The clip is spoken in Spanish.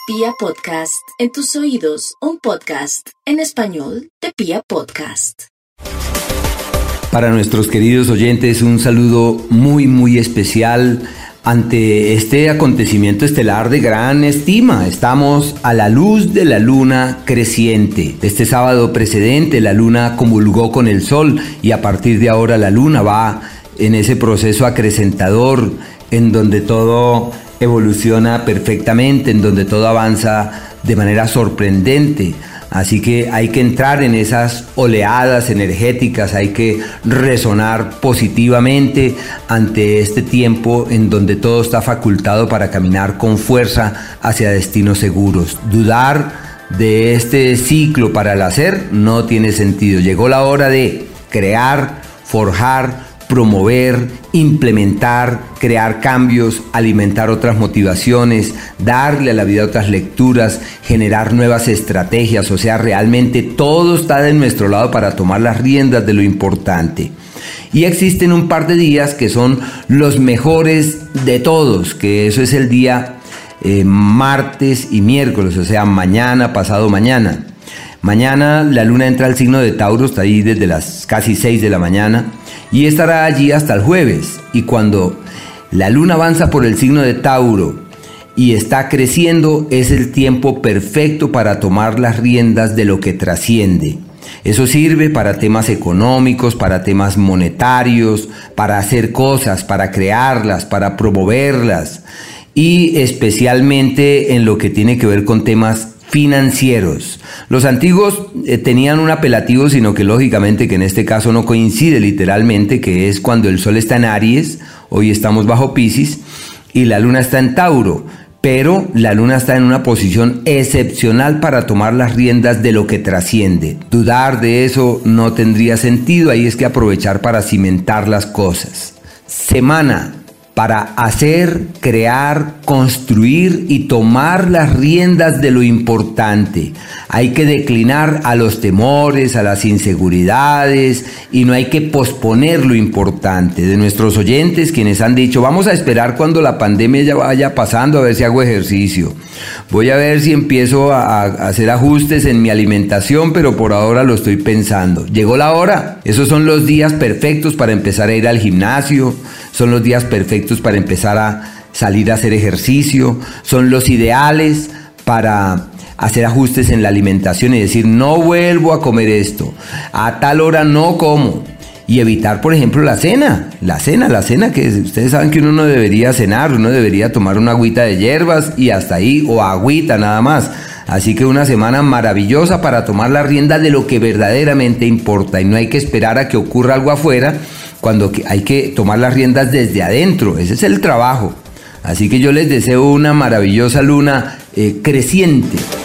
Pia Podcast, en tus oídos, un podcast en español de Pia Podcast. Para nuestros queridos oyentes, un saludo muy especial ante este acontecimiento estelar de gran estima. Estamos a la luz de la luna creciente. Este sábado precedente la luna comulgó con el sol y a partir de ahora la luna va en ese proceso acrecentador en donde todo evoluciona perfectamente, en donde todo avanza de manera sorprendente. Así que hay que entrar en esas oleadas energéticas, hay que resonar positivamente ante este tiempo en donde todo está facultado para caminar con fuerza hacia destinos seguros. Dudar de este ciclo para el hacer no tiene sentido. Llegó la hora de crear, forjar, promover, implementar, crear cambios, alimentar otras motivaciones, darle a la vida otras lecturas, generar nuevas estrategias. O sea, realmente todo está de nuestro lado para tomar las riendas de lo importante. Y existen un par de días que son los mejores de todos, que eso es el día martes y miércoles, o sea, mañana, pasado mañana. Mañana la luna entra al signo de Tauro, está ahí desde las casi 6 de la mañana y estará allí hasta el jueves. Y cuando la luna avanza por el signo de Tauro y está creciendo, es el tiempo perfecto para tomar las riendas de lo que trasciende. Eso sirve para temas económicos, para temas monetarios, para hacer cosas, para crearlas, para promoverlas y especialmente en lo que tiene que ver con temas financieros. Los antiguos tenían un apelativo, sino que lógicamente que en este caso no coincide literalmente, que es cuando el sol está en Aries, hoy estamos bajo Piscis, y la luna está en Tauro, pero la luna está en una posición excepcional para tomar las riendas de lo que trasciende. Dudar de eso no tendría sentido, ahí es que aprovechar para cimentar las cosas. Semana para hacer, crear, construir y tomar las riendas de lo importante. Hay que declinar a los temores, a las inseguridades y no hay que posponer lo importante. De nuestros oyentes, quienes han dicho, vamos a esperar cuando la pandemia ya vaya pasando a ver si hago ejercicio. Voy a ver si empiezo a hacer ajustes en mi alimentación, pero por ahora lo estoy pensando. Llegó la hora. Esos son los días perfectos para empezar a ir al gimnasio. Son los días perfectos para empezar a salir a hacer ejercicio. Son los ideales para hacer ajustes en la alimentación y decir, no vuelvo a comer esto. A tal hora no como. Y evitar, por ejemplo, la cena, que ustedes saben que uno no debería cenar, uno debería tomar una agüita de hierbas y hasta ahí, o agüita nada más. Así que una semana maravillosa para tomar la rienda de lo que verdaderamente importa y no hay que esperar a que ocurra algo afuera, cuando hay que tomar las riendas desde adentro. Ese es el trabajo. Así que yo les deseo una maravillosa luna creciente.